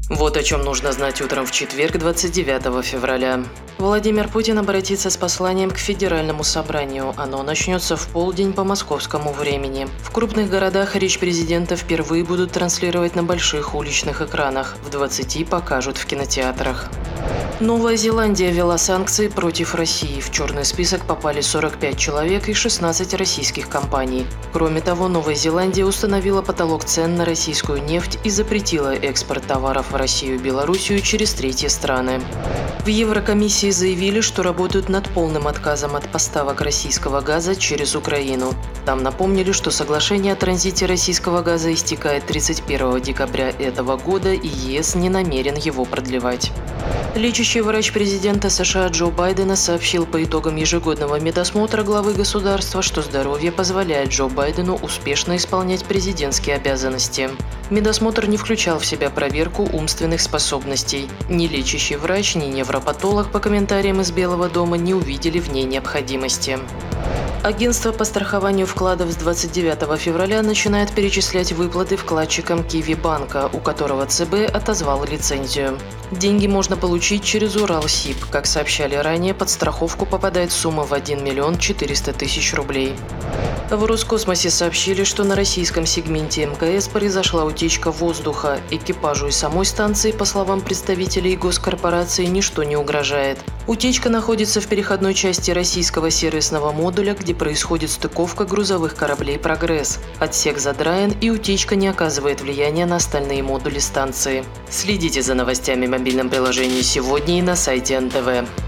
Вот о чем нужно знать утром в четверг, 29 февраля. Владимир Путин обратится с посланием к Федеральному собранию. Оно начнется в полдень по московскому времени. В крупных городах речь президента впервые будут транслировать на больших уличных экранах. В 20 покажут в кинотеатрах. Новая Зеландия ввела санкции против России. В черный список попали 45 человек и 16 российских компаний. Кроме того, Новая Зеландия установила потолок цен на российскую нефть и запретила экспорт товаров в Россию и Белоруссию через третьи страны. В Еврокомиссии заявили, что работают над полным отказом от поставок российского газа через Украину. Там напомнили, что соглашение о транзите российского газа истекает 31 декабря этого года, и ЕС не намерен его продлевать. Лечащий врач президента США Джо Байдена сообщил по итогам ежегодного медосмотра главы государства, что здоровье позволяет Джо Байдену успешно исполнять президентские обязанности. Медосмотр не включал в себя проверку умственных способностей. Ни лечащий врач, ни невропатолог, по комментариям из Белого дома, не увидели в ней необходимости. Агентство по страхованию вкладов с 29 февраля начинает перечислять выплаты вкладчикам Киви-банка, у которого ЦБ отозвал лицензию. Деньги можно получить через Уралсиб. Как сообщали ранее, под страховку попадает сумма в 1 миллион 400 тысяч рублей. В Роскосмосе сообщили, что на российском сегменте МКС произошла утечка воздуха. Экипажу и самой станции, по словам представителей госкорпорации, ничто не угрожает. Утечка находится в переходной части российского сервисного модуля, где происходит стыковка грузовых кораблей «Прогресс». Отсек задраен, и утечка не оказывает влияния на остальные модули станции. Следите за новостями в мобильном приложении «Сегодня» и на сайте НТВ.